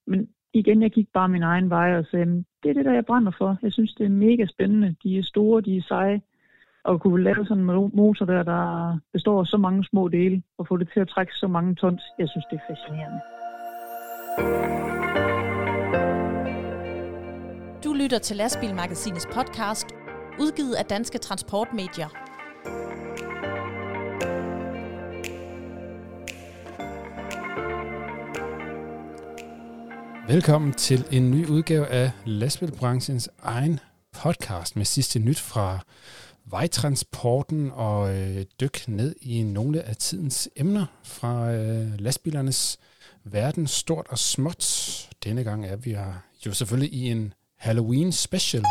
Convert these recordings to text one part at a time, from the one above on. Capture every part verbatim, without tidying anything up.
men igen, jeg gik bare min egen vej og sagde, det er det, der jeg brænder for. Jeg synes, det er mega spændende. De er store, de er seje. Og at kunne lave sådan en motor der, der består af så mange små dele, og få det til at trække så mange tons, jeg synes, det er fascinerende. Du lytter til Lastbilmagasinets podcast, udgivet af Danske Transportmedier. Velkommen til en ny udgave af lastbilbranchens egen podcast med sidste nyt fra vejtransporten og øh, dyk ned i nogle af tidens emner fra øh, lastbilernes verden, stort og småt. Denne gang er vi her jo selvfølgelig i en Halloween special.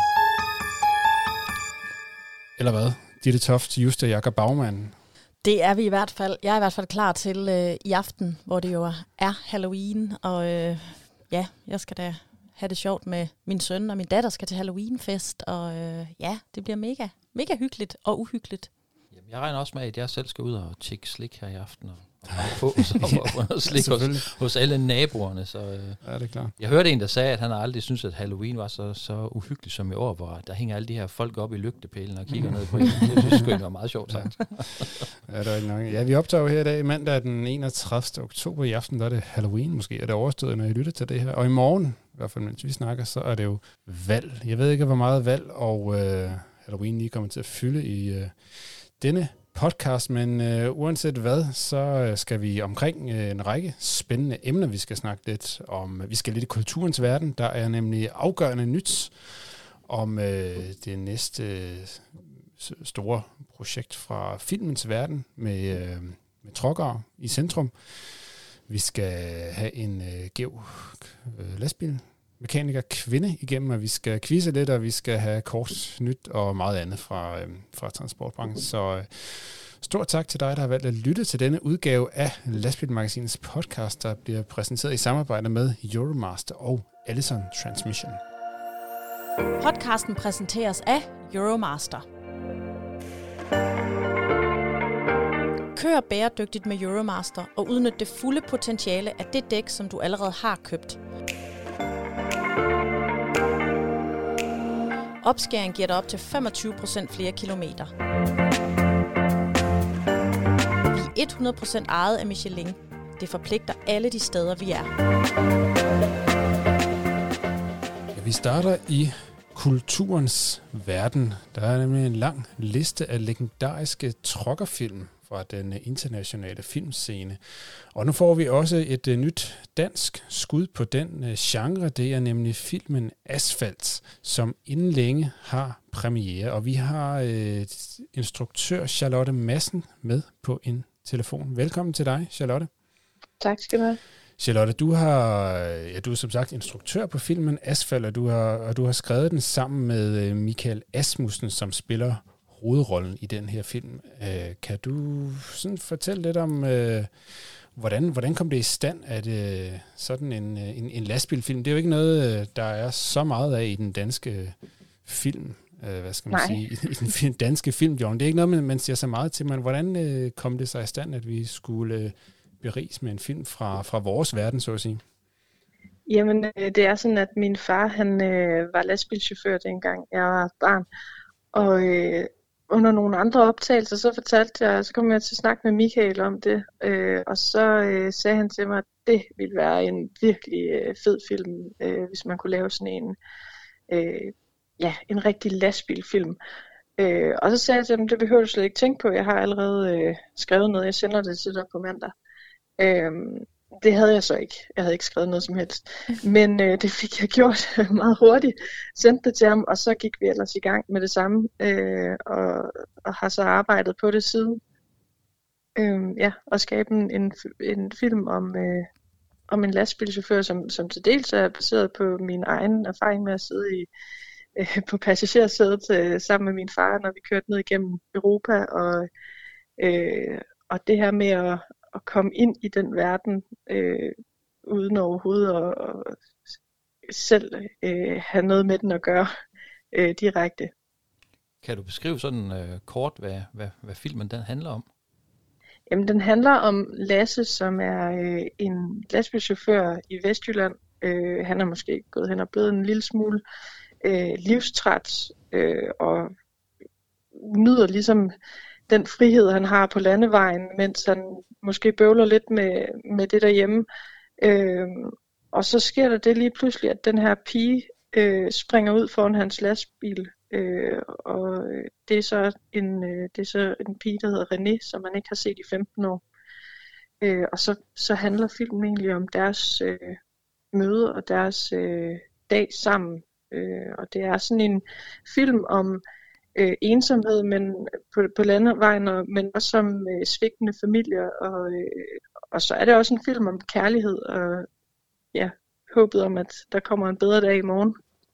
Eller hvad? Ditte Toft, Just og Jakob Baumann. Det er vi i hvert fald. Jeg er i hvert fald klar til øh, i aften, hvor det jo er Halloween, og øh, ja, jeg skal da have det sjovt med min søn, og min datter skal til Halloweenfest, og øh, ja, det bliver mega, mega hyggeligt og uhyggeligt. Jamen, jeg regner også med, at jeg selv skal ud og tjekke slik her i aften, og, og få så få noget slik hos, hos alle naboerne. Så, øh, ja, det er klart. Jeg hørte en, der sagde, at han aldrig syntes, at Halloween var så, så uhyggeligt som i år, hvor der hænger alle de her folk op i lygtepælen og kigger ned på en. Det synes jeg var meget sjovt sagt. Ja, der er nok. Ja, vi optager her i dag mandag den enogtredivte oktober i aften, der er det Halloween, måske er det overstået, når I lytter til det her. Og i morgen, i hvert fald mens vi snakker, så er det jo valg. Jeg ved ikke, hvor meget valg og øh, Halloween lige kommer til at fylde i øh, denne podcast, men øh, uanset hvad, så skal vi omkring øh, en række spændende emner. Vi skal snakke lidt om, vi skal lidt i kulturens verden. Der er nemlig afgørende nyt om øh, det næste øh, store projekt fra filmens verden med, øh, med truckere i centrum. Vi skal have en øh, gæv øh, lastbil mekaniker kvinde igennem, og vi skal quizze lidt, og vi skal have kort nyt og meget andet fra, øh, fra transportbranchen. Så øh, stort tak til dig, der har valgt at lytte til denne udgave af Lastbilmagasinets podcast, der bliver præsenteret i samarbejde med Euromaster og Allison Transmission. Podcasten præsenteres af Euromaster. Kør bæredygtigt med Euromaster og udnyt det fulde potentiale af det dæk, som du allerede har købt. Opskæring giver dig op til femogtyve procent flere kilometer. Vi er hundrede procent ejet af Michelin. Det forpligter alle de steder, vi er. Ja, vi starter i kulturens verden. Der er nemlig en lang liste af legendariske truckerfilm fra den internationale filmscene. Og nu får vi også et uh, nyt dansk skud på den uh, genre. Det er nemlig filmen Asfalt, som inden længe har premiere. Og vi har uh, instruktør Charlotte Madsen med på en telefon. Velkommen til dig, Charlotte. Tak skal du have. Charlotte, du har, ja, du er som sagt instruktør på filmen Asfalt, og du har, og du har skrevet den sammen med uh, Michael Asmussen, som spiller hovedrollen i den her film. Øh, kan du sådan fortælle lidt om, øh, hvordan, hvordan kom det i stand, at øh, sådan en, en, en lastbilfilm, det er jo ikke noget, der er så meget af i den danske film, øh, hvad skal man Nej. sige, i den danske filmgenre. Det er ikke noget, man, man siger så meget til, men hvordan øh, kom det sig i stand, at vi skulle øh, beriges med en film fra, fra vores verden, så at sige? Jamen, øh, det er sådan, at min far, han øh, var lastbilchauffør dengang jeg var barn, og øh, under nogle andre optagelser, så fortalte jeg, så kom jeg til at snakke med Michael om det, øh, og så øh, sagde han til mig, at det ville være en virkelig øh, fed film, øh, hvis man kunne lave sådan en, øh, ja, en rigtig lastbilfilm. Øh, og så sagde jeg til ham, det behøver du slet ikke tænke på, jeg har allerede øh, skrevet noget, jeg sender det til dig på mandag. Øh, Det havde jeg så ikke. Jeg havde ikke skrevet noget som helst. Men øh, det fik jeg gjort meget hurtigt. Sendte det til ham, og så gik vi ellers i gang med det samme. Øh, og, og har så arbejdet på det siden. Øh, ja, og skabe en, en, en film om, øh, om en lastbilchauffør, som, som til dels er baseret på min egen erfaring med at sidde i, øh, på passagersædet øh, sammen med min far, når vi kørte ned igennem Europa. Og, øh, og det her med at at komme ind i den verden, øh, uden overhovedet at, at selv øh, have noget med den at gøre øh, direkte. Kan du beskrive sådan øh, kort, hvad, hvad, hvad filmen den handler om? Jamen, den handler om Lasse, som er øh, en lastbilchauffør i Vestjylland, Øh, han er måske gået hen og blevet en lille smule øh, livstræt, øh, og nyder ligesom den frihed, han har på landevejen, mens han måske bøvler lidt med, med det derhjemme. Øh, og så sker der det lige pludselig, at den her pige øh, springer ud foran hans lastbil, øh, og det er, så en, øh, det er så en pige, der hedder René, som man ikke har set i femten år. Øh, og så, så handler filmen egentlig om deres øh, møde og deres øh, dag sammen. Øh, og det er sådan en film om øh, ensomhed men på, på landevejen, og, men også som øh, svigtende familier. Og, øh, og så er det også en film om kærlighed og ja, håbet om, at der kommer en bedre dag i morgen.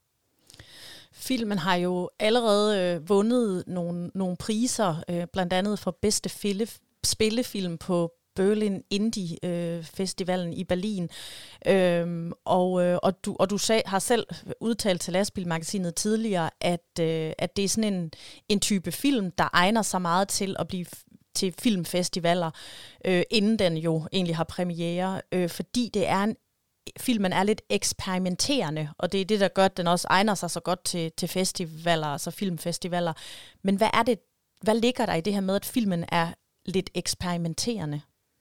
Filmen har jo allerede øh, vundet nogle, nogle priser, øh, blandt andet for bedste fille, spillefilm på Berlin Indie øh, Festivalen i Berlin. Øhm, og, øh, og du, og du sag, har selv udtalt til Lastbilmagasinet tidligere, at, øh, at det er sådan en, en type film, der egner sig meget til at blive til filmfestivaler, øh, inden den jo egentlig har premiere, øh, fordi det er en filmen er lidt eksperimenterende, og det er det, der gør, at den også egner sig så godt til, til festivaler, altså filmfestivaler. Men hvad er det, hvad ligger der i det her med, at filmen er lidt eksperimenterende?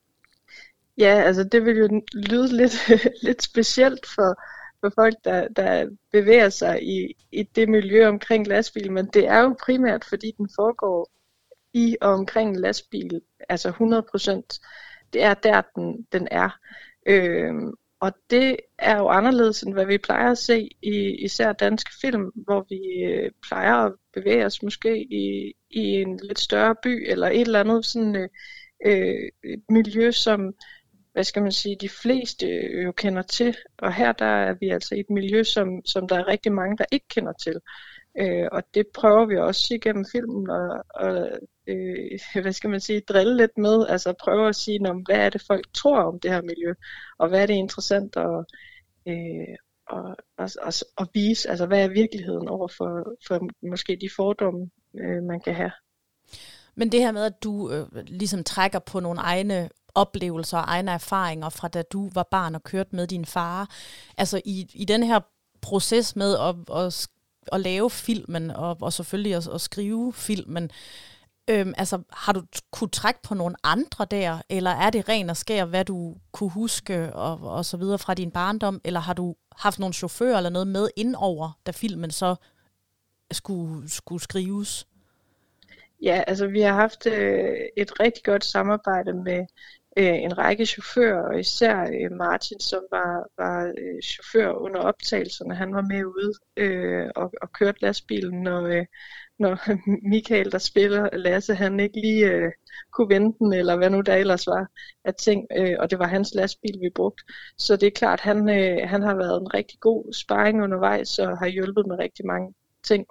Ja, altså det vil jo lyde lidt, lidt specielt for, for folk, der, der bevæger sig i, i det miljø omkring lastbil, men det er jo primært, fordi den foregår i og omkring en lastbil, altså hundrede procent. Det er der, den, den er. Øhm, og det er jo anderledes, end hvad vi plejer at se i især danske film, hvor vi øh, plejer at bevæge os måske i, i en lidt større by, eller et eller andet sådan øh, øh, miljø, som, hvad skal man sige, de fleste jo kender til. Og her der er vi altså i et miljø, som, som der er rigtig mange, der ikke kender til. Øh, og det prøver vi også igennem filmen og, og øh, hvad skal man sige, drille lidt med, altså prøve at sige, om hvad er det folk tror om det her miljø, og hvad er det interessant at, øh, og, og, og, og vise, altså hvad er virkeligheden over for, for måske de fordomme, øh, man kan have. Men det her med, at du øh, ligesom trækker på nogle egne oplevelser og egne erfaringer fra da du var barn og kørte med din far, altså i, i den her proces med at, at at lave filmen, og, og selvfølgelig at, at skrive filmen. Øhm, altså, har du kunne trække på nogle andre der, eller er det ren og skær, hvad du kunne huske, og, og så videre fra din barndom, eller har du haft nogle chauffører eller noget med indover, da filmen så skulle, skulle skrives? Ja, altså vi har haft øh, et rigtig godt samarbejde med øh, en række chauffører, og især øh, Martin, som var, var øh, chauffør under optagelserne. Han var med ude øh, og, og kørte lastbilen, når, øh, når Michael, der spiller Lasse, han ikke lige øh, kunne vente den, eller hvad nu der ellers var af ting, øh, og det var hans lastbil, vi brugte. Så det er klart, han, øh, han har været en rigtig god sparring undervejs, og har hjulpet med rigtig mange ting.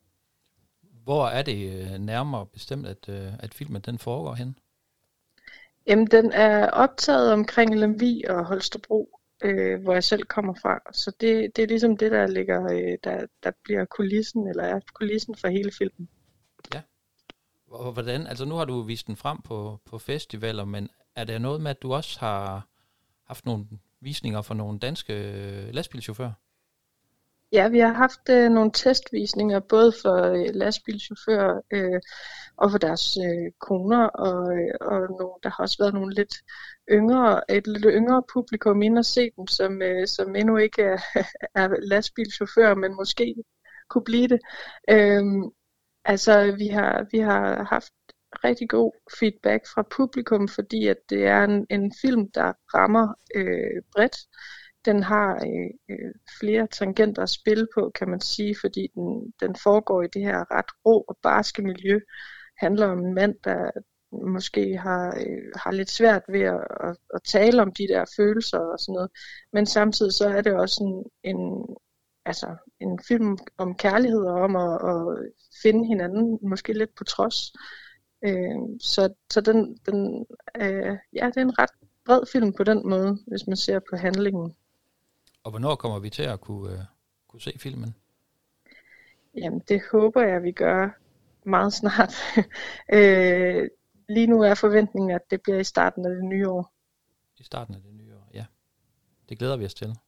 Hvor er det nærmere bestemt, at, at filmen den foregår hen? Jamen, den er optaget omkring Lemvig og Holstebro, øh, hvor jeg selv kommer fra. Så det, det er ligesom det, der ligger, øh, der, der bliver kulissen, eller er kulissen for hele filmen. Ja. Og hvordan, altså nu har du vist den frem på, på festivaler, men er der noget med, at du også har haft nogle visninger for nogle danske lastbilchauffører? Ja, vi har haft øh, nogle testvisninger, både for øh, lastbilchauffører øh, og for deres øh, koner, og, øh, og nogle, der har også været nogle lidt yngre, et lidt yngre publikum inde og se dem, som, øh, som endnu ikke er, er lastbilchauffører, men måske kunne blive det. Øhm, altså, vi har, vi har haft rigtig god feedback fra publikum, fordi at det er en, en film, der rammer øh, bredt. Den har øh, flere tangenter at spille på, kan man sige, fordi den, den foregår i det her ret rå og barske miljø. Handler om en mand, der måske har, øh, har lidt svært ved at, at, at tale om de der følelser og sådan noget. Men samtidig så er det også en, en, altså en film om kærlighed og om at, at finde hinanden, måske lidt på trods. Øh, så så den, den, øh, ja, det er en ret bred film på den måde, hvis man ser på handlingen. Og hvornår kommer vi til at kunne, uh, kunne se filmen? Jamen, det håber jeg, vi gør meget snart. øh, lige nu er forventningen, at det bliver i starten af det nye år. I starten af det nye år, ja. Det glæder vi os til.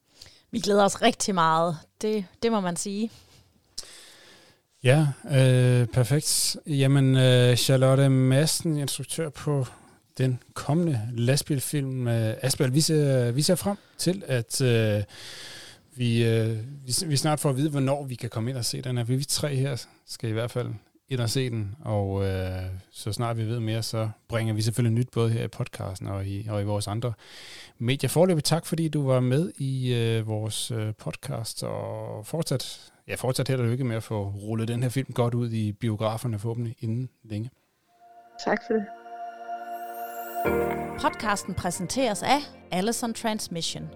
Vi glæder os rigtig meget. Det, det må man sige. Ja, øh, perfekt. Jamen, øh, Charlotte Madsen, instruktør på den kommende lastbilfilm øh, Asbjørn. Vi ser, vi ser frem til, at øh, vi, øh, vi, vi snart får at vide, hvornår vi kan komme ind og se den her. Vi tre her skal i hvert fald ind og se den, og øh, så snart vi ved mere, så bringer vi selvfølgelig nyt både her i podcasten og i, og i vores andre medier. Foreløbig tak, fordi du var med i øh, vores øh, podcast, og fortsat, ja, fortsat held og lykke med at få rullet den her film godt ud i biograferne forhåbentlig inden længe. Tak for det. Podcasten præsenteres af Allison Transmission.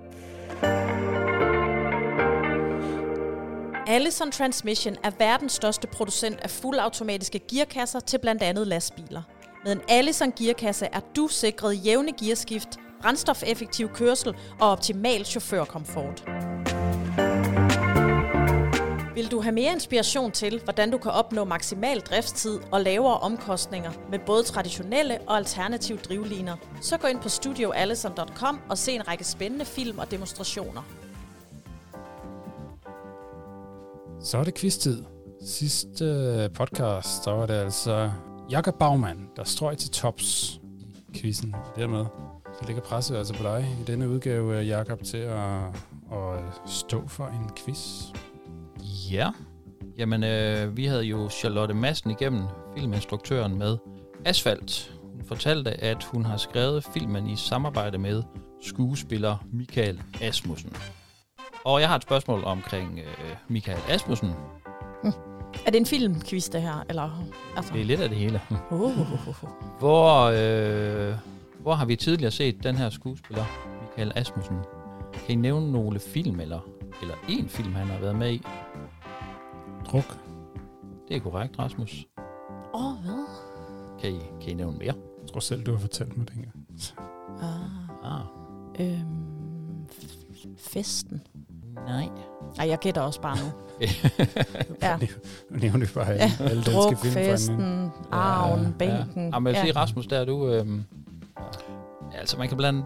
Allison Transmission er verdens største producent af fuldautomatiske gearkasser til blandt andet lastbiler. Med en Allison gearkasse er du sikret jævne gearskift, brændstofeffektiv kørsel og optimal chaufførkomfort. Vil du have mere inspiration til, hvordan du kan opnå maksimal driftstid og lavere omkostninger med både traditionelle og alternative drivliner, så gå ind på studio allison punktum com og se en række spændende film og demonstrationer. Så er det quiz-tid. Sidste podcast, der var det altså Jakob Baumann, der strøg til tops i quizzen. Dermed så ligger presset altså på dig i denne udgave, Jakob, til at, at stå for en quiz. Ja, jamen øh, vi havde jo Charlotte Madsen igennem, filminstruktøren med Asfalt. Hun fortalte, at hun har skrevet filmen i samarbejde med skuespiller Michael Asmussen. Og jeg har et spørgsmål omkring øh, Michael Asmussen. Mm. Er det en filmquiz, det her? Eller, altså? Det er lidt af det hele. Uh, uh, uh, uh. Hvor, øh, hvor har vi tidligere set den her skuespiller, Michael Asmussen? Kan I nævne nogle film, eller, eller en film, han har været med i? Druk. Det er korrekt, Rasmus. Åh, oh, hvad? Kan I, kan I nævne mere? Jeg tror selv, du har fortalt mig det engang. Ah. Ah. Øhm, festen. Nej. Ej, jeg gætter også bare nu. Ja. Nu nævner vi bare Ja. alle danske Druk, film. fra festen, en- arven, Ja. bænken. Ja. Ah, men jeg vil sige, Ja. Rasmus, der er du... Øhm, altså, man kan blandt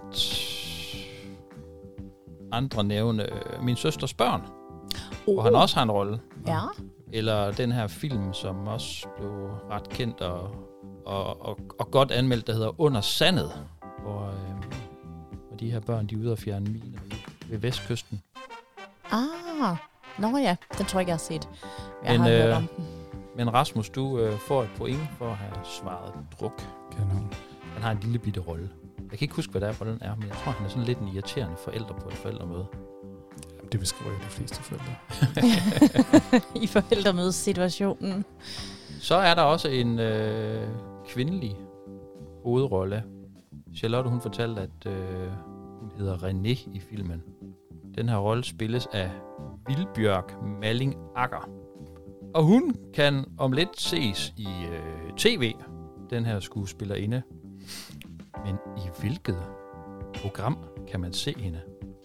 andre nævne øh, Min søsters børn, Oh. hvor han også har en rolle. Ja. Eller den her film, som også blev ret kendt og, og, og, og godt anmeldt, der hedder Under Sandet, hvor, øh, hvor de her børn, de er ude og fjerne miner ved vestkysten. Ah, nå ja, den tror jeg ikke, jeg har set. Jeg Men, har hørt øh, om den. Men Rasmus, du øh, får et point for at have svaret druk. Kanon. Han har en lille bitte rolle. Jeg kan ikke huske, hvad der er, rollen er, men jeg tror, han er sådan lidt en irriterende forælder på et forældremøde. Jamen, det beskriver jo de fleste forældre. I forældremødesituationen. Så er der også en øh, kvindelig hovedrolle. Charlotte, hun fortalte, at øh, hun hedder René i filmen. Den her rolle spilles af Vilbjørk Malling Akker. Og hun kan om lidt ses i øh, tv, den her skuespillerinde. Men i hvilket program kan man se hende?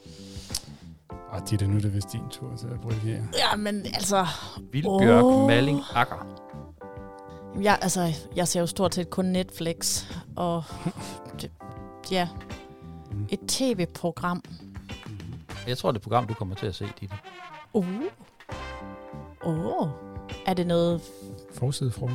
Og det er nu er det vist din tur til at bruge her. Ja, men altså... Vilbjørk Åh. Malling Akker. Jeg, altså, jeg ser jo stort set kun Netflix, og det, ja, et tv-program. Jeg tror, det er et program, du kommer til at se, Ditte. Uh. Oh. Er det noget... Forside fra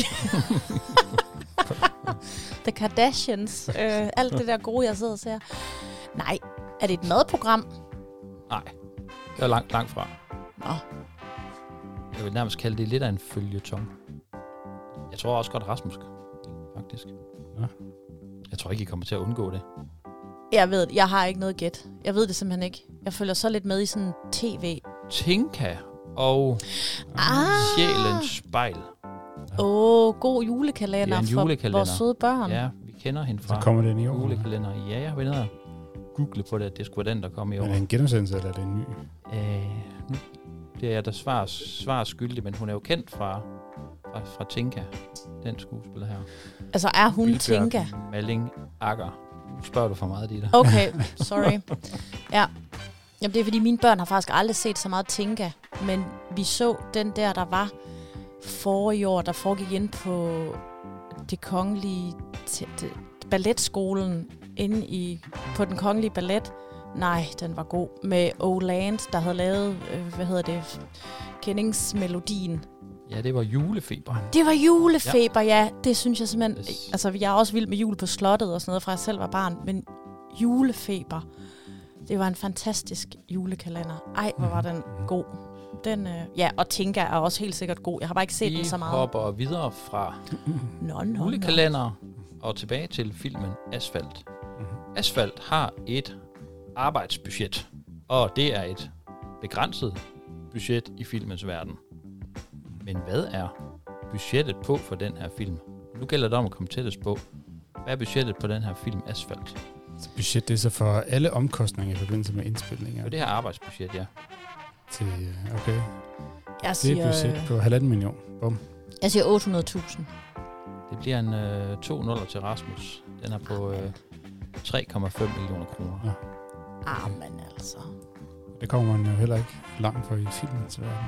The Kardashians, øh, alt det der gode, jeg sidder og ser. Nej, er det et madprogram? Nej, det er langt, langt fra. Nå. Jeg vil nærmest kalde det lidt af en føljeton. Jeg tror også godt Rasmus, faktisk. Ja. Jeg tror ikke, I kommer til at undgå det. Jeg ved det. Jeg har ikke noget gæt. Jeg ved det simpelthen ikke. Jeg følger så lidt med i sådan tv. Tinka og Ah! Sjælens Spejl. Åh, oh, god julekalender, Det er en for julekalender. vores søde børn. Ja, vi kender hende Så fra kommer den i år. julekalender. Ja, jeg vil ned og google på det, at det skulle være den, der kom i år. Er det en genudsendelse, eller er det en ny? Øh, nu det er jeg da svar, svar skyldig, men hun er jo kendt fra, fra, fra Tinka, den skuespiller her. Altså, er hun Vilbjørk Tinka? Malling Akker. Nu spørger du for meget, Ditte. Okay, sorry. Ja. Jamen, det er fordi, mine børn har faktisk aldrig set så meget Tinka, men vi så den der, der var forrige år, der foregik ind på det kongelige t- det, balletskolen inde i, på den kongelige ballet, Nej, den var god. Med Oland, der havde lavet, øh, hvad hedder det, kendingsmelodien. Ja, det var julefeber. Det var julefeber, ja. ja. Det synes jeg simpelthen... Yes. Altså, jeg er også vild med jul på slottet og sådan noget, fra jeg selv var barn. Men julefeber, det var en fantastisk julekalender. Ej, hvor var den god. Den, øh, ja, og Tinka er også helt sikkert god. Jeg har bare ikke set Vi den så meget. Vi hopper videre fra no, no, julekalender og tilbage til filmen Asfalt. Asfalt har et arbejdsbudget, og det er et begrænset budget i filmens verden. Men hvad er budgettet på for den her film? Nu gælder det om at komme tættest på. Hvad er budgettet på den her film Asfalt? Så budget, det er så for alle omkostninger i forbindelse med indspilninger? For det her arbejdsbudget, ja. Til, okay. Jeg siger, det er et budget på halvanden million. Bum. Jeg siger otte hundrede tusind. Det bliver en øh, to nuller til Rasmus. Den er på øh, tre komma fem millioner kroner. Ja. Ah, men altså. Det kommer man jo heller ikke langt for i filmen til verden.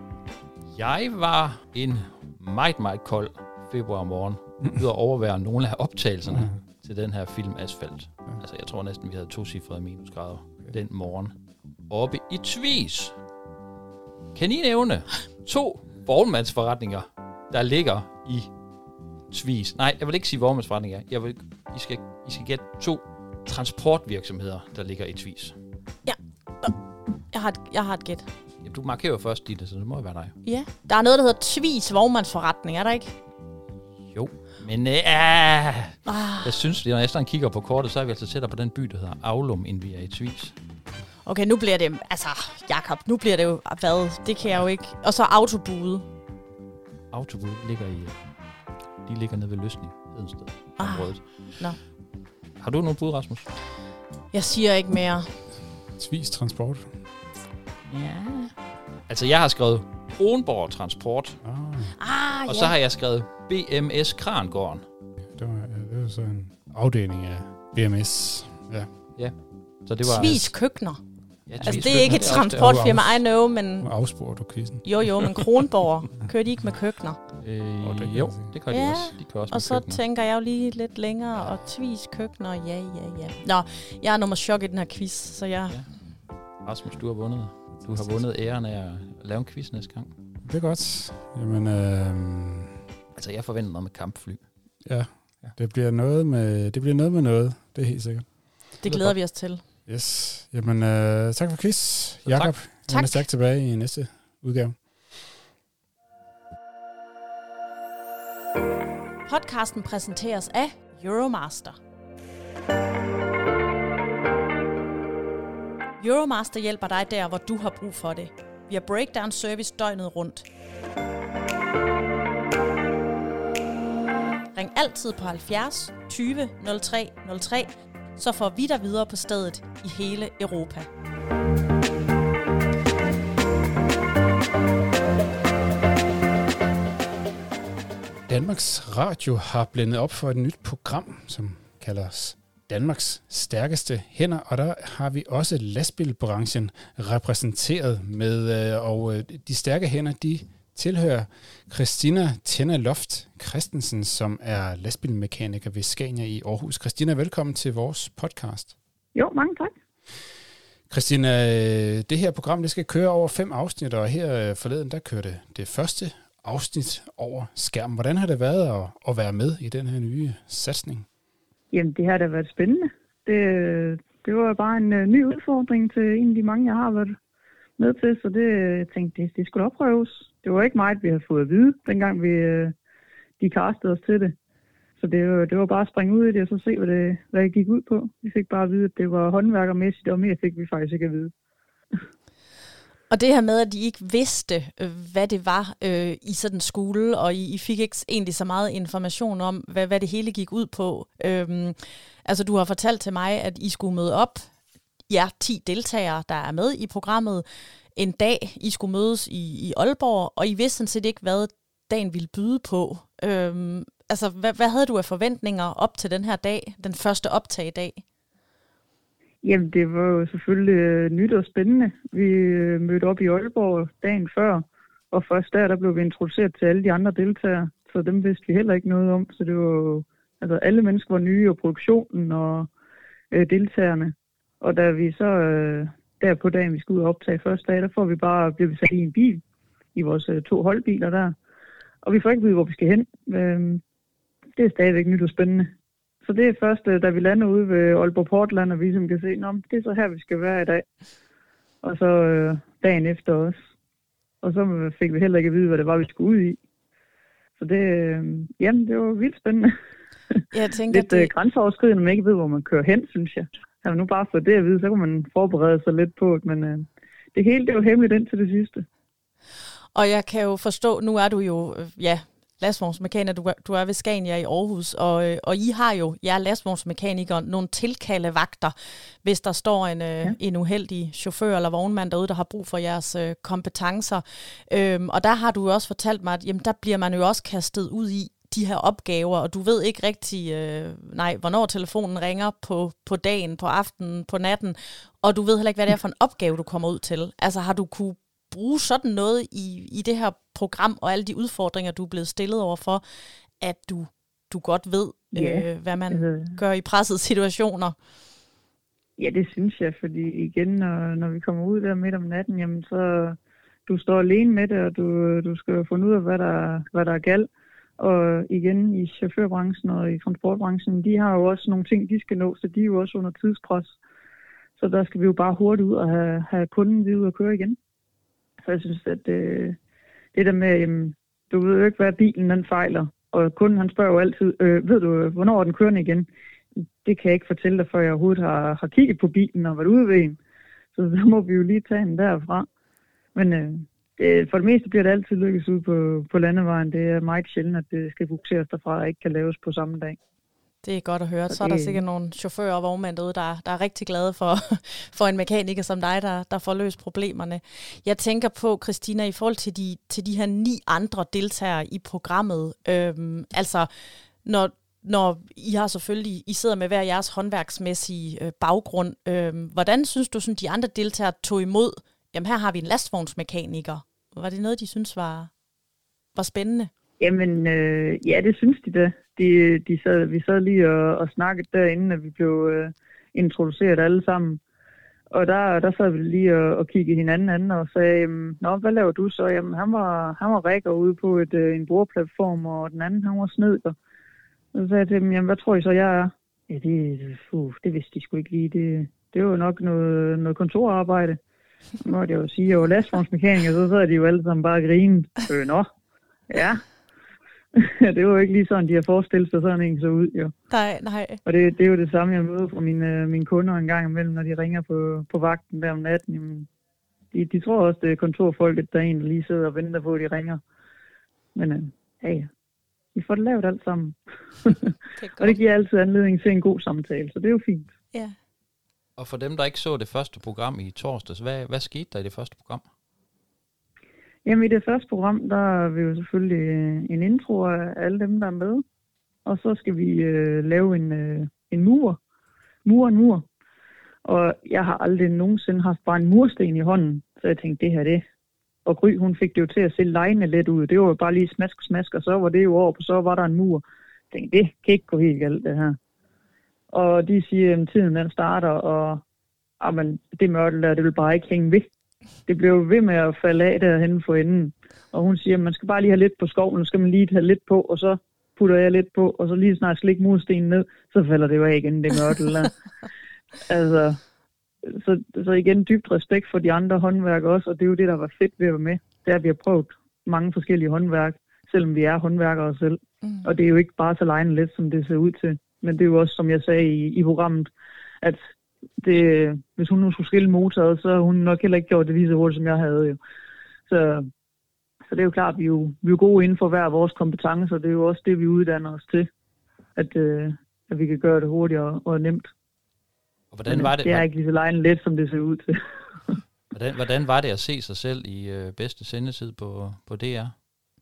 Jeg var en meget, meget kold februar morgen ude at overvære nogle af optagelserne ja. til den her film Asfalt. Ja. Altså, jeg tror næsten, vi havde to cifrede minusgrader okay. den morgen. Oppe i Tvis. Kan I nævne to vognmandsforretninger, der ligger i Tvis? Nej, jeg vil ikke sige vognmandsforretninger. Jeg vil, I, skal, I skal gætte to transportvirksomheder, der ligger i Tvis. Ja, jeg har et, jeg har et gæt. Jamen, du markerer jo først, Ditte, så det må jo være dig. Ja, der er noget, der hedder Tvis vognmandsforretning, er der ikke? Jo, men øh, ah. jeg synes, når jeg efter kigger på kortet, så er vi altså tættere på den by, der hedder Aulum, end vi er i Tvis. Okay, nu bliver det, altså, Jakob, nu bliver det jo, hvad, det kan jeg jo ikke. Og så Autobude. Autobude ligger i, de ligger nede ved Løsning, Hedensted, området. Nå. Har du nogen bud, Rasmus? Jeg siger ikke mere. Tvis Transport. Ja. Altså, jeg har skrevet Kronborg Transport, ah. Ah, og ja. så har jeg skrevet B M S Krangården. Det var, det var så en afdeling af B M S. Ja. Ja. Så det var Tvis Køkkener. Ja, altså, det er ikke et transportfirma, I know, men... Nu afsporer du quizzen. Jo, jo, men Kronborg, kører de ikke med køkkener? Øh, oh, det jo, det gør de ja. også. De kører også og så køkkener. Tænker jeg jo lige lidt længere, og Tvis Køkkener, ja, ja, ja. Nå, jeg er nummer chok i den her quiz, så jeg... Ja. Rasmus, du har vundet. Du har vundet æren af at lave en quiz næste gang. Det er godt. Jamen, øh... altså, jeg forventer noget med kampfly. Ja, det bliver noget med, det bliver noget med noget. Det er helt sikkert. Det glæder vi os til. Yes. Jamen, øh, tak for quiz, Jakob. Tak. Tak. tilbage i næste udgave. Podcasten præsenteres af Euromaster. Euromaster hjælper dig der, hvor du har brug for det. Vi har breakdown service døgnet rundt. Ring altid på halvfjerds tyve nul tre nul tre, så får vi dig videre på stedet i hele Europa. Danmarks Radio har blændet op for et nyt program, som kaldes Danmarks stærkeste hænder, og der har vi også lastbilbranchen repræsenteret med, og de stærke hænder, de tilhører Christina Tenna Loft Christensen, som er lastbilmekaniker ved Scania i Aarhus. Christina, velkommen til vores podcast. Jo, mange tak. Christina, det her program, det skal køre over fem afsnit, og her forleden, der kørte det første afsnit over skærmen. Hvordan har det været at, at være med i den her nye satsning? Jamen, det har da været spændende. Det, det var bare en uh, ny udfordring til en af de mange, jeg har været med til, så det, jeg tænkte, det, det skulle opprøves. Det var ikke meget, vi havde fået at vide, dengang vi, uh, de castede os til det. Så det var, det var bare at springe ud i det, og så se, hvad det, hvad det gik ud på. Vi fik bare at vide, at det var håndværkermæssigt, og mere fik vi faktisk ikke at vide. Og det her med, at de ikke vidste, øh, hvad det var øh, i sådan skole, og I, I fik ikke egentlig så meget information om, hvad, hvad det hele gik ud på. Øhm, altså, du har fortalt til mig, at I skulle møde op. I er ti deltagere, der er med i programmet. En dag, I skulle mødes i, i Aalborg, og I vidste sådan set ikke, hvad dagen ville byde på. Øhm, altså, hvad, hvad havde du af forventninger op til den her dag, den første optagdag? Jamen, det var jo selvfølgelig øh, nyt og spændende. Vi øh, mødte op i Aalborg dagen før, og først der, der blev vi introduceret til alle de andre deltagere, så dem vidste vi heller ikke noget om. Så det var jo, altså alle mennesker var nye, og produktionen og øh, deltagerne. Og da vi så, øh, der på dagen, vi skal ud og optage første dag, der får vi bare, bliver vi sat i en bil, i vores øh, to holdbiler der. Og vi får ikke vide, hvor vi skal hen. Øh, det er stadigvæk nyt og spændende. Så det er først, øh, da vi lander ude ved Aalborg Portland, og vi som kan se, nå, det er så her, vi skal være i dag. Og så øh, dagen efter også. Og så fik vi heller ikke at vide, hvad det var, vi skulle ud i. Så det, øh, jamen, det var vildt spændende. Jeg tænker, lidt det... øh, grænseoverskridende, når man ikke ved, hvor man kører hen, synes jeg. Har man nu bare fået det at vide, så kan man forberede sig lidt på det, men øh, det hele, det er jo hemmeligt indtil det sidste. Og jeg kan jo forstå, nu er du jo, øh, ja, lastvognsmekaniker, du, du er ved Scania i Aarhus, og, øh, og I har jo, jer lastvognsmekanikere, nogle tilkaldevagter, hvis der står en, øh, ja. en uheldig chauffør eller vognmand derude, der har brug for jeres øh, kompetencer. Øhm, og der har du jo også fortalt mig, at jamen, der bliver man jo også kastet ud i de her opgaver, og du ved ikke rigtig, øh, nej, hvornår telefonen ringer på, på dagen, på aftenen, på natten, og du ved heller ikke, hvad det er for en opgave, du kommer ud til. Altså har du kunne bruge sådan noget i, i det her program, og alle de udfordringer, du er blevet stillet over for, at du, du godt ved, yeah. øh, hvad man altså, gør i pressede situationer? Ja, det synes jeg, fordi igen, når, når vi kommer ud der midt om natten, jamen så, du står alene med det, og du, du skal finde ud af, hvad der, hvad der er galt. Og igen, i chaufførbranchen og i transportbranchen, de har jo også nogle ting, de skal nå, så de er jo også under tidspres. Så der skal vi jo bare hurtigt ud og have, have kunden videre og køre igen. Så jeg synes, at øh, det der med, jamen, du ved jo ikke, hvad bilen den fejler. Og kunden han spørger jo altid, øh, ved du, hvornår er den kørende igen? Det kan jeg ikke fortælle dig, før jeg overhovedet har, har kigget på bilen og været ude ved en. Så så må vi jo lige tage den derfra. Men øh, det, for det meste bliver det altid lykkes ud på, på landevejen. Det er meget sjældent, at det skal bukseres derfra og ikke kan laves på samme dag. Det er godt at høre. Så, så er det... der sikkert nogle chauffører og vognmænd derude, der, der er rigtig glade for, for en mekaniker som dig, der, der får løst problemerne. Jeg tænker på, Christina, i forhold til de, til de her ni andre deltagere i programmet. Øhm, altså, når, når I har selvfølgelig, I sidder med hver jeres håndværksmæssige øh, baggrund. Øhm, hvordan synes du, sådan, de andre deltagere tog imod, jamen her har vi en lastvognsmekaniker. Var det noget, de synes var, var spændende? Jamen, øh, ja, det synes de da. De, de sad, vi sad lige og, og snakkede derinde, at vi blev øh, introduceret alle sammen. Og der, der sad vi lige og, og kiggede hinanden an og sagde, nå, hvad laver du så? Jamen, han var, han var rækker ude på et, øh, en bordplatform, og den anden, han var snedker. Og så sagde jeg til dem, jamen, hvad tror I så, jeg er? Ja, det, uh, det vidste de sgu ikke lige. Det, det var jo nok noget, noget kontorarbejde. Så måtte jeg jo sige, at jeg var lastvognsmekaniker, så sad de jo alle sammen bare og grinede. Øh, nå, ja. Det var jo ikke lige sådan, de har forestillet sig sådan en så ud, jo. Nej, nej. Og det, det er jo det samme, jeg møder fra mine, mine kunder en gang imellem, når de ringer på, på vagten der om natten. Jamen, de, de tror også, det er kontorfolket, der er en, der lige sidder og venter på, at de ringer. Men øh, hey, vi får det lavet alt sammen. Det og det giver altid anledning til en god samtale, så det er jo fint. Ja. Og for dem, der ikke så det første program i torsdags, hvad, hvad skete der i det første program? Jamen i det første program, der er vi jo selvfølgelig en intro af alle dem, der er med. Og så skal vi øh, lave en, øh, en mur. Mur en mur. Og jeg har aldrig nogensinde haft bare en mursten i hånden. Så jeg tænkte, det her det. Og Gry, hun fik det jo til at se lejende let ud. Det var jo bare lige smask, smask, og så var det jo over, og så var der en mur. Jeg tænkte, det kan ikke gå helt galt, det her. Og de siger, at tiden den starter, og jamen, det mørtel der, det vil bare ikke hænge ved. Det blev ved med at falde af derhenne for enden. Og hun siger, at man skal bare lige have lidt på skoven, så skal man lige tage lidt på, og så putter jeg lidt på, og så lige snart slik murstenen ned, så falder det jo af igen, det mørtel der. Altså, så, så igen dybt respekt for de andre håndværk også, og det er jo det, der var fedt ved at være med. Det er, at vi har prøvet mange forskellige håndværk, selvom vi er håndværkere selv. Mm. Og det er jo ikke bare så lejende let, som det ser ud til. Men det er jo også, som jeg sagde i, i programmet, at det, hvis hun nu skulle skille motoret, så har hun nok heller ikke gjort det lige så hurtigt, som jeg havde jo. Så, så det er jo klart, at vi er jo, vi er jo gode inden for hver vores kompetencer, og det er jo også det, vi uddanner os til, at, øh, at vi kan gøre det hurtigt og, og nemt. Og hvordan var det? Det er ikke lige så lejende let, som det ser ud til. hvordan, hvordan var det at se sig selv i øh, bedste sendetid på, på D R?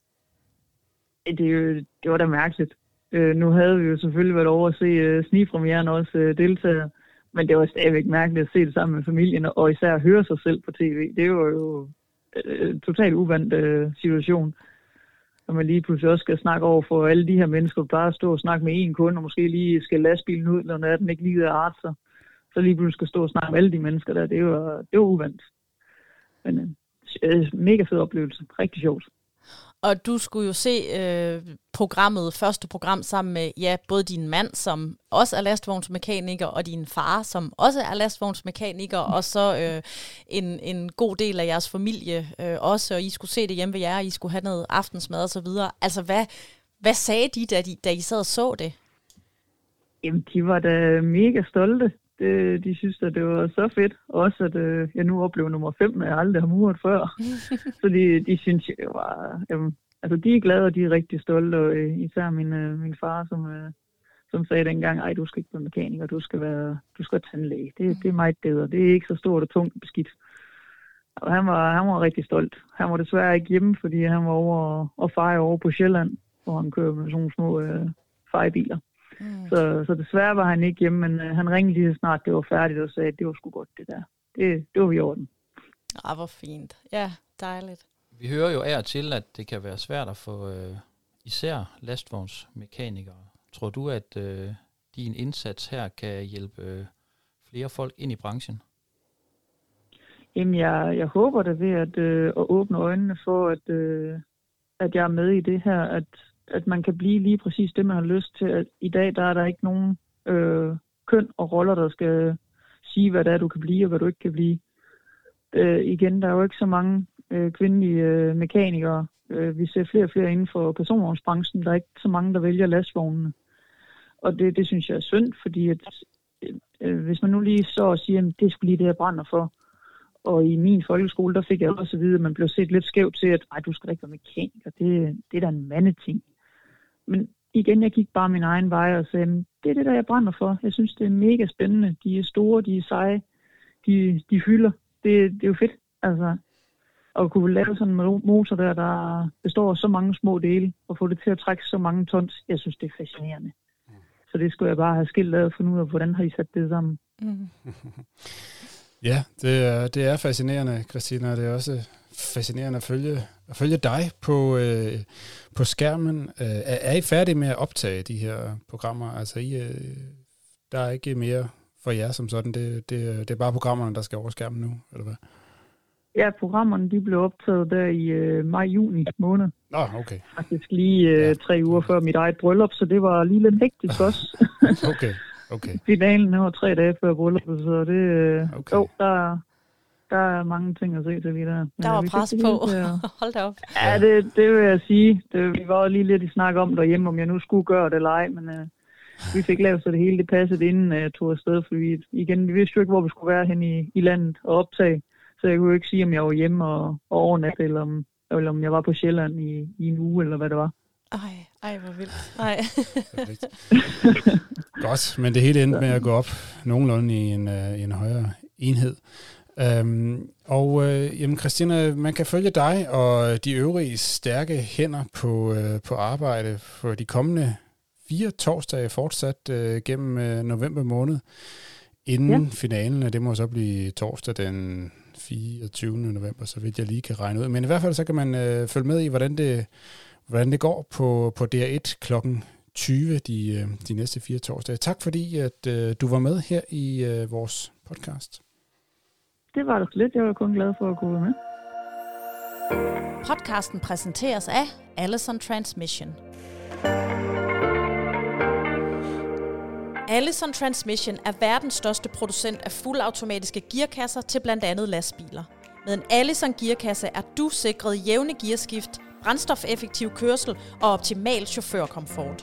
Det, det var da mærkeligt. Øh, nu havde vi jo selvfølgelig været over at se øh, snigpremieren også øh, deltager, men det var stadigvæk mærkeligt at se det sammen med familien, og især at høre sig selv på tv. Det var jo øh, en totalt uvandt øh, situation. Og man lige pludselig også skal snakke over for alle de her mennesker, der bare stå og snakke med en kunde, og måske lige skal lastbilen ud, når den ikke lige er art sig. så lige pludselig skal stå og snakke med alle de mennesker der, det var, det var uvandt. Men øh, mega fed oplevelse. Rigtig sjovt. Og du skulle jo se øh, programmet, første program, sammen med ja, både din mand, som også er lastvognsmekaniker, og din far, som også er lastvognsmekaniker, og så øh, en, en god del af jeres familie øh, også, og I skulle se det hjemme ved jer, og I skulle have noget aftensmad og så videre. Altså, hvad, hvad sagde de da, de, da I sad og så det? Jamen, de var da mega stolte. Det, de synes, at det var så fedt. Også at øh, jeg nu oplever nummer fem, jeg aldrig har muret før. Så de, de synes, det var... Jamen, altså, de er glade, og de er rigtig stolte. Og øh, især min, øh, min far, som, øh, som sagde dengang, ej, du skal ikke være mekaniker, du skal være, du skal være tandlæge. Det, det er meget bedre. Det er ikke så stort og tungt og beskidt. Og han var, han var rigtig stolt. Han var desværre ikke hjemme, fordi han var over og feje over på Sjælland, hvor han kører med sådan nogle små øh, fejebiler. Mm. Så, så desværre var han ikke hjemme, men uh, han ringede lige så snart det var færdigt og sagde, at det var sgu godt det der. Det, det var i orden. Ah, hvor fint. Ja, dejligt. Vi hører jo af og til, at det kan være svært at få øh, især lastvognsmekanikere. Tror du, at øh, din indsats her kan hjælpe øh, flere folk ind i branchen? Jamen, jeg, jeg håber da ved at, øh, at åbne øjnene for, at, øh, at jeg er med i det her, at at man kan blive lige præcis det, man har lyst til. At i dag, der er der ikke nogen øh, køn og roller, der skal sige, hvad det er, du kan blive, og hvad du ikke kan blive. Øh, igen, der er jo ikke så mange øh, kvindelige øh, mekanikere. Øh, vi ser flere og flere inden for personvognsbranchen. Der er ikke så mange, der vælger lastvognene. Og det, det synes jeg er synd, fordi at, øh, hvis man nu lige så og siger, at det skulle lige det, jeg brænder for. Og i min folkeskole, der fik jeg også at vide, at man blev set lidt skævt til, at du skal da ikke være mekaniker. Det, det er da en mandeting. Men igen, jeg gik bare min egen vej og sagde, det er det, der jeg brænder for. Jeg synes, det er mega spændende. De er store, de er seje, de, de fylder. Det, det er jo fedt. Altså, at kunne lave sådan en motor der, der består af så mange små dele, og få det til at trække så mange tons, jeg synes, det er fascinerende. Så det skulle jeg bare have skilt af og fundet ud af, hvordan har I sat det sammen. Mm. Ja, det er, det er fascinerende, Christina. Det er også fascinerende at følge, at følge dig på, øh, på skærmen. Øh, er, er I færdige med at optage de her programmer? Altså, I, øh, der er ikke mere for jer som sådan. Det, det, det er bare programmerne, der skal over skærmen nu, eller hvad? Ja, programmerne de blev optaget der i øh, maj-juni måned. Nå, okay. Faktisk lige øh, ja. tre uger før mit eget bryllup, så det var lige lidt hektisk også. Okay. Okay. Finalen var tre dage før brylluppet, så det, øh, okay. jo, der, der er mange ting at se til lige der. Men der var pres på. Til, hold da op. Ja, det, det vil jeg sige. Det, vi var lige lidt i snak om derhjemme, om jeg nu skulle gøre det eller ej, men øh, vi fik lavet så det hele, det passede inden jeg øh, tog afsted, fordi vi, igen, vi vidste jo ikke, hvor vi skulle være hen i, i landet og optage, så jeg kunne jo ikke sige, om jeg var hjemme og, og overnat, eller om, eller om jeg var på Sjælland i, i en uge, eller hvad det var. Ej, ej, hvor vildt. Ej. Godt, men det hele endte med at gå op nogenlunde i en, uh, en højere enhed. Um, og uh, jamen Christina, man kan følge dig og de øvrige stærke hænder på, uh, på arbejde for de kommende fire torsdage fortsat uh, gennem uh, november måned. Inden ja. finalen, og det må så blive torsdag den fireogtyvende november, så vidt jeg lige kan regne ud. Men i hvert fald så kan man uh, følge med i, hvordan det hvordan det går på, på D R et klokken tyve de, de næste fire torsdage. Tak fordi, at uh, du var med her i uh, vores podcast. Det var det lidt. Jeg var kun glad for at kunne være med. Podcasten præsenteres af Allison Transmission. Allison Transmission er verdens største producent af fuldautomatiske gearkasser til blandt andet lastbiler. Med en Allison gearkasse er du sikret jævne gearskift, brændstofeffektiv kørsel og optimal chaufførkomfort.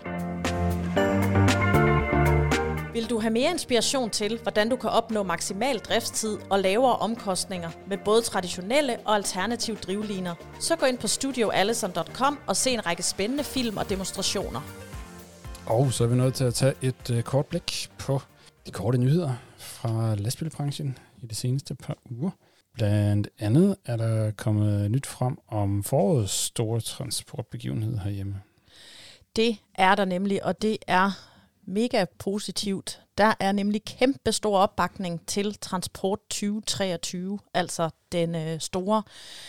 Vil du have mere inspiration til, hvordan du kan opnå maksimal driftstid og lavere omkostninger med både traditionelle og alternative drivliner, så gå ind på studio allison punktum com og se en række spændende film og demonstrationer. Og så er vi nødt til at tage et uh, kort blik på de korte nyheder fra lastbilbranchen i de seneste par uger. Blandt andet er der kommet nyt frem om forårets store transportbegivenhed herhjemme. Det er der nemlig, og det er mega positivt. Der er nemlig kæmpe stor opbakning til Transport tyve treogtyve, altså den øh, store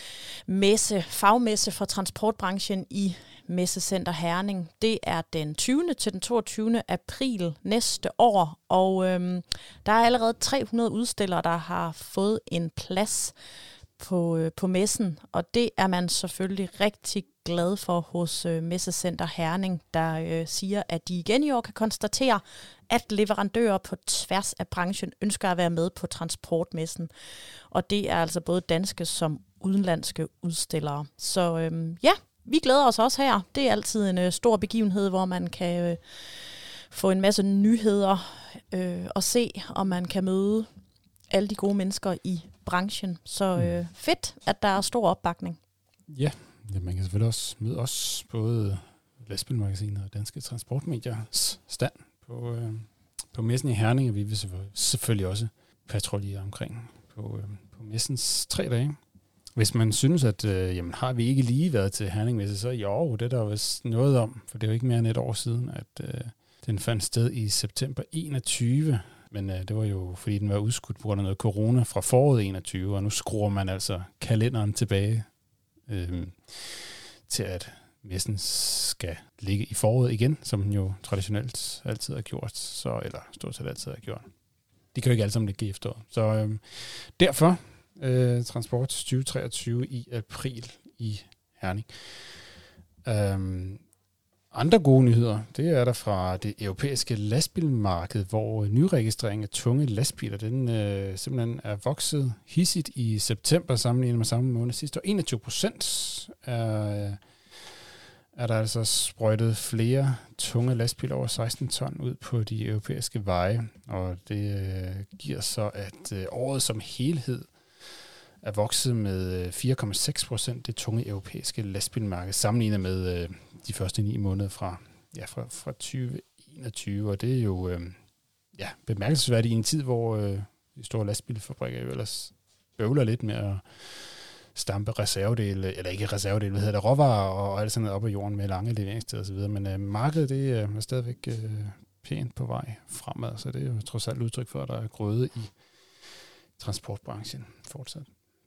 messe, fagmesse for transportbranchen i Messecenter Herning. Det er den tyvende til den toogtyvende april næste år, og øhm, der er allerede tre hundrede udstillere, der har fået en plads på, øh, på messen, og det er man selvfølgelig rigtig glad for hos øh, Messecenter Herning, der øh, siger, at de igen i år kan konstatere, at leverandører på tværs af branchen ønsker at være med på transportmessen. Og det er altså både danske som udenlandske udstillere. Så øhm, ja, vi glæder os også her. Det er altid en øh, stor begivenhed, hvor man kan øh, få en masse nyheder øh, og se, om man kan møde alle de gode mennesker i branchen. Så øh, fedt, at der er stor opbakning. Ja, ja, man kan selvfølgelig også møde os, både Lastbilmagasinet og Danske Transportmediers stand på, øh, på messen i Herning, og vi vil selvfølgelig også patruljere omkring på, øh, på messens tre dage. Hvis man synes, at øh, jamen, har vi ikke lige været til Herning-messe, så jo, det er der vist noget om, for det er jo ikke mere end et år siden, at øh, den fandt sted i september enogtyve, men øh, det var jo, fordi den var udskudt på grund af noget corona fra foråret enogtyve, og nu skruer man altså kalenderen tilbage øh, til, at messen skal ligge i foråret igen, som den jo traditionelt altid har gjort, så, eller stort set altid har gjort. De kan jo ikke alle sammen ligge i efteråret. Så øh, derfor øh, Transport tyve treogtyve i april i Herning. Um, andre gode nyheder, det er der fra det europæiske lastbilmarked, hvor nyregistrering af tunge lastbiler, den øh, simpelthen er vokset hissigt i september sammenlignet med samme måned sidste år. enogtyve procent er, er der altså sprøjtet flere tunge lastbiler over seksten ton ud på de europæiske veje, og det øh, giver så, at øh, året som helhed er vokset med fire komma seks procent det tunge europæiske lastbilmarked, sammenlignet med øh, de første ni måneder fra, ja, fra, fra tyve enogtyve, og det er jo øh, ja, bemærkelsesværdigt i en tid, hvor øh, de store lastbilfabrikker jo ellers bøvler lidt med at stampe reservedele, eller ikke reservedele, hvad hedder det, råvarer og alt sådan noget op ad jorden med lange leveringstider osv., men øh, markedet det øh, er stadigvæk øh, pænt på vej fremad, så det er jo trods alt udtryk for, at der er grøde i transportbranchen fortsat.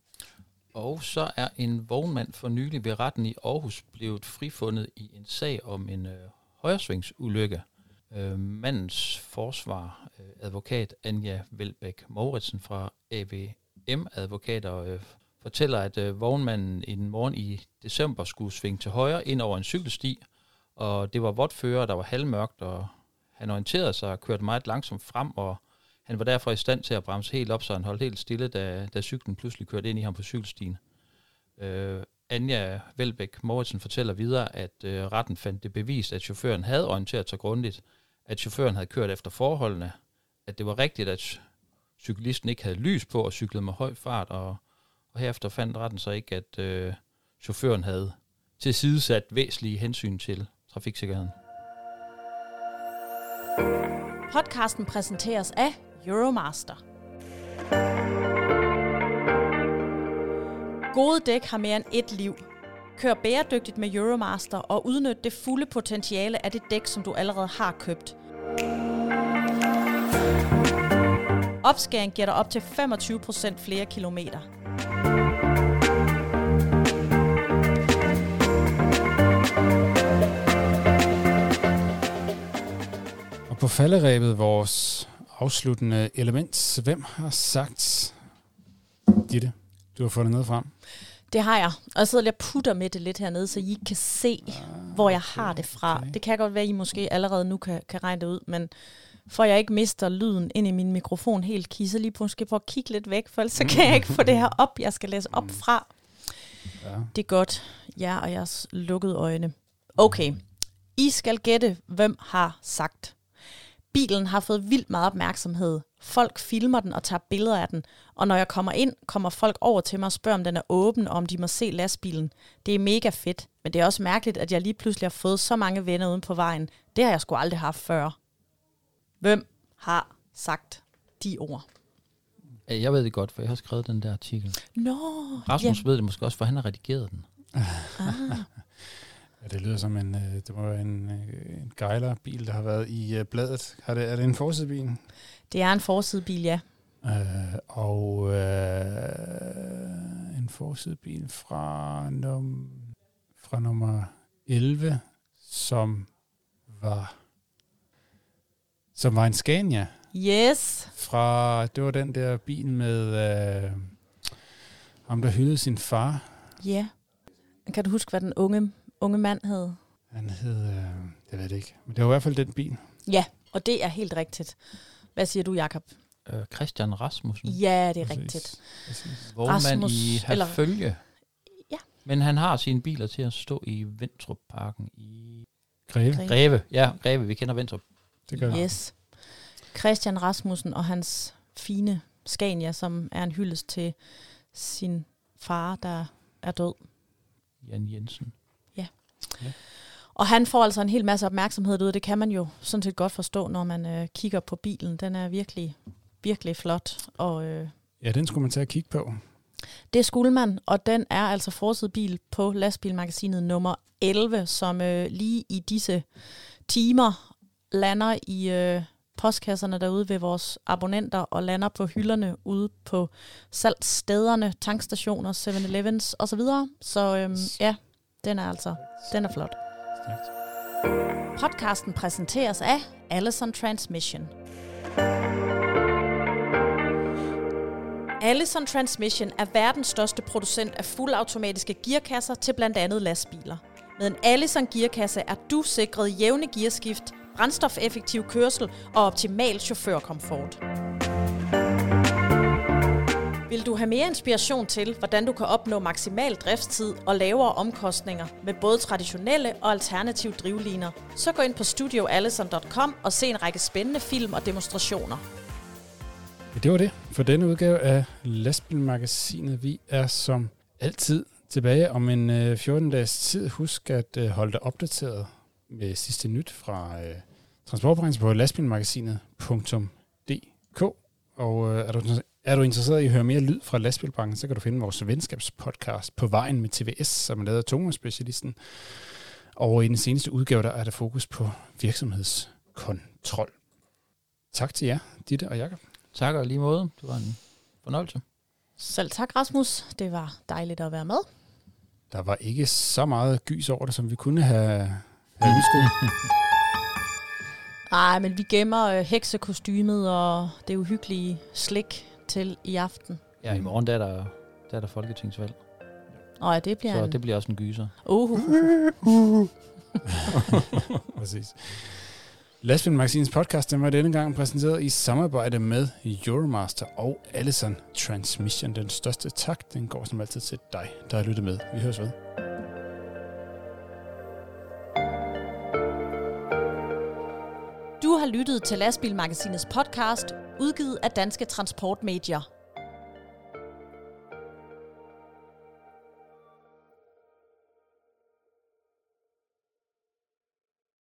Og så er en vognmand for nylig ved retten i Aarhus blevet frifundet i en sag om en øh, højresvingsulykke. Øh, mandens forsvar, øh, advokat Anja Velbæk Mouritsen fra A V M Advokater, øh, fortæller, at øh, vognmanden en morgen i december skulle svinge til højre ind over en cykelsti, og det var vådt føre, der var halvmørkt, og han orienterede sig og kørte meget langsomt frem, og han var derfor i stand til at bremse helt op, så han holdt helt stille, da, da cyklen pludselig kørte ind i ham på cykelstien. Øh, Anja Velbæk Mouritsen fortæller videre, at øh, retten fandt det bevist, at chaufføren havde orienteret sig grundigt, at chaufføren havde kørt efter forholdene, at det var rigtigt, at cyklisten ikke havde lys på og cyklede med høj fart, og, og herefter fandt retten så ikke, at øh, chaufføren havde tilsidesat væsentlige hensyn til trafiksikkerheden. Podcasten præsenteres af Euromaster. Gode dæk har mere end ét liv. Kør bæredygtigt med Euromaster og udnyt det fulde potentiale af det dæk, som du allerede har købt. Opskæring giver dig op til femogtyve procent flere kilometer. På falderebet, vores afsluttende element. Hvem har sagt, Ditte, du har fundet noget frem? Det har jeg, og jeg sidder lige og putter med det lidt hernede, så I kan se, ah, hvor jeg okay, har det fra. Okay. Det kan godt være, at I måske allerede nu kan, kan regne det ud, men for jeg ikke mister lyden ind i min mikrofon helt, kan I så lige måske prøve at kigge lidt væk, for ellers så kan jeg ikke få det her op, jeg skal læse op fra. Ja. Det er godt. Ja, og jeres lukkede øjne. Okay, I skal gætte, hvem har sagt. Bilen har fået vildt meget opmærksomhed. Folk filmer den og tager billeder af den. Og når jeg kommer ind, kommer folk over til mig og spørger, om den er åben, og om de må se lastbilen. Det er mega fedt, men det er også mærkeligt, at jeg lige pludselig har fået så mange venner uden på vejen. Det har jeg sgu aldrig haft før. Hvem har sagt de ord? Jeg ved det godt, for jeg har skrevet den der artikel. Nå, Rasmus ja. ved det måske også, for han har redigeret den. Ah. Ja, det lyder som en, det må være en, en gejlerbil, der har været i uh, bladet. Er det, er det en forsidebil? Det er en forsidebil, ja. Uh, og uh, en en forsidebil fra, num, fra nummer elleve, som var, som var en Scania. Yes. Fra, det var den der bil med øh, ham, der hyldede sin far. Ja. Yeah. Kan du huske, hvad den unge, unge mand hed? Han hed, øh, jeg ved det ikke, men det var i hvert fald den bil. Ja, og det er helt rigtigt. Hvad siger du, Jakob? Øh, Christian Rasmussen. Ja, det er Præcis. rigtigt. Vognmand Rasmus, i eller- Herfølge. Ja. Men han har sine biler til at stå i Ventrup-parken i Greve. Greve. Greve. Ja, Greve. Vi kender Ventrup. Det gør Yes. Christian Rasmussen og hans fine Scania, som er en hyldest til sin far, der er død. Jan Jensen. Og han får altså en hel masse opmærksomhed derude. Det kan man jo sådan set godt forstå, når man øh, kigger på bilen. Den er virkelig, virkelig flot. Og øh, Ja, den skulle man tage at kigge på. det skulle man, og den er altså forsidebil på lastbilmagasinet nummer elleve, som øh, lige i disse timer lander i øh, postkasserne derude ved vores abonnenter og lander på hylderne ude på salgsstederne, tankstationer, seven elevens osv. Så øh, ja, den er altså den er flot. Podcasten præsenteres af Allison Transmission. Allison Transmission er verdens største producent af fuldautomatiske gearkasser til blandt andet lastbiler. Med en Allison gearkasse er du sikret jævne gearskift, brændstofeffektiv kørsel og optimal chaufførkomfort. Vil du have mere inspiration til, hvordan du kan opnå maksimal driftstid og lavere omkostninger med både traditionelle og alternative drivliner, så gå ind på studio allison punktum com og se en række spændende film og demonstrationer. Ja, det var det for denne udgave af Lastbilmagasinet. Vi er som altid tilbage om en øh, fjorten dages tid. Husk at øh, holde dig opdateret med sidste nyt fra øh, transportbranchen på lastbilmagasinet punktum d k. Og øh, er, du, er du interesseret i at høre mere lyd fra lastbilbranchen, så kan du finde vores venskabspodcast På Vejen med T V S, som er lavet af Tungvognsspecialisten. Og i den seneste udgave, der er der fokus på virksomhedskontrol. Tak til jer, Ditte og Jakob. Tak og lige måde. Det var en fornøjelse. Selv tak, Rasmus. Det var dejligt at være med. Der var ikke så meget gys over det, som vi kunne have, have ønsket. Nej, men vi gemmer øh, heksekostymet og det uhyggelige slik til i aften. Ja, i morgen der er der, der, er der folketingsvalg. Og ja, det bliver Så en... det bliver også en gyser. Uh, Præcis. Lastbilmagasinets podcast, den var denne gang præsenteret i samarbejde med Euromaster og Allison Transmission. Den største tak, den går som altid til dig, der har lyttet med. Vi høres ved. Du har lyttet til Lastbilmagasinets podcast, udgivet af Danske Transportmedier.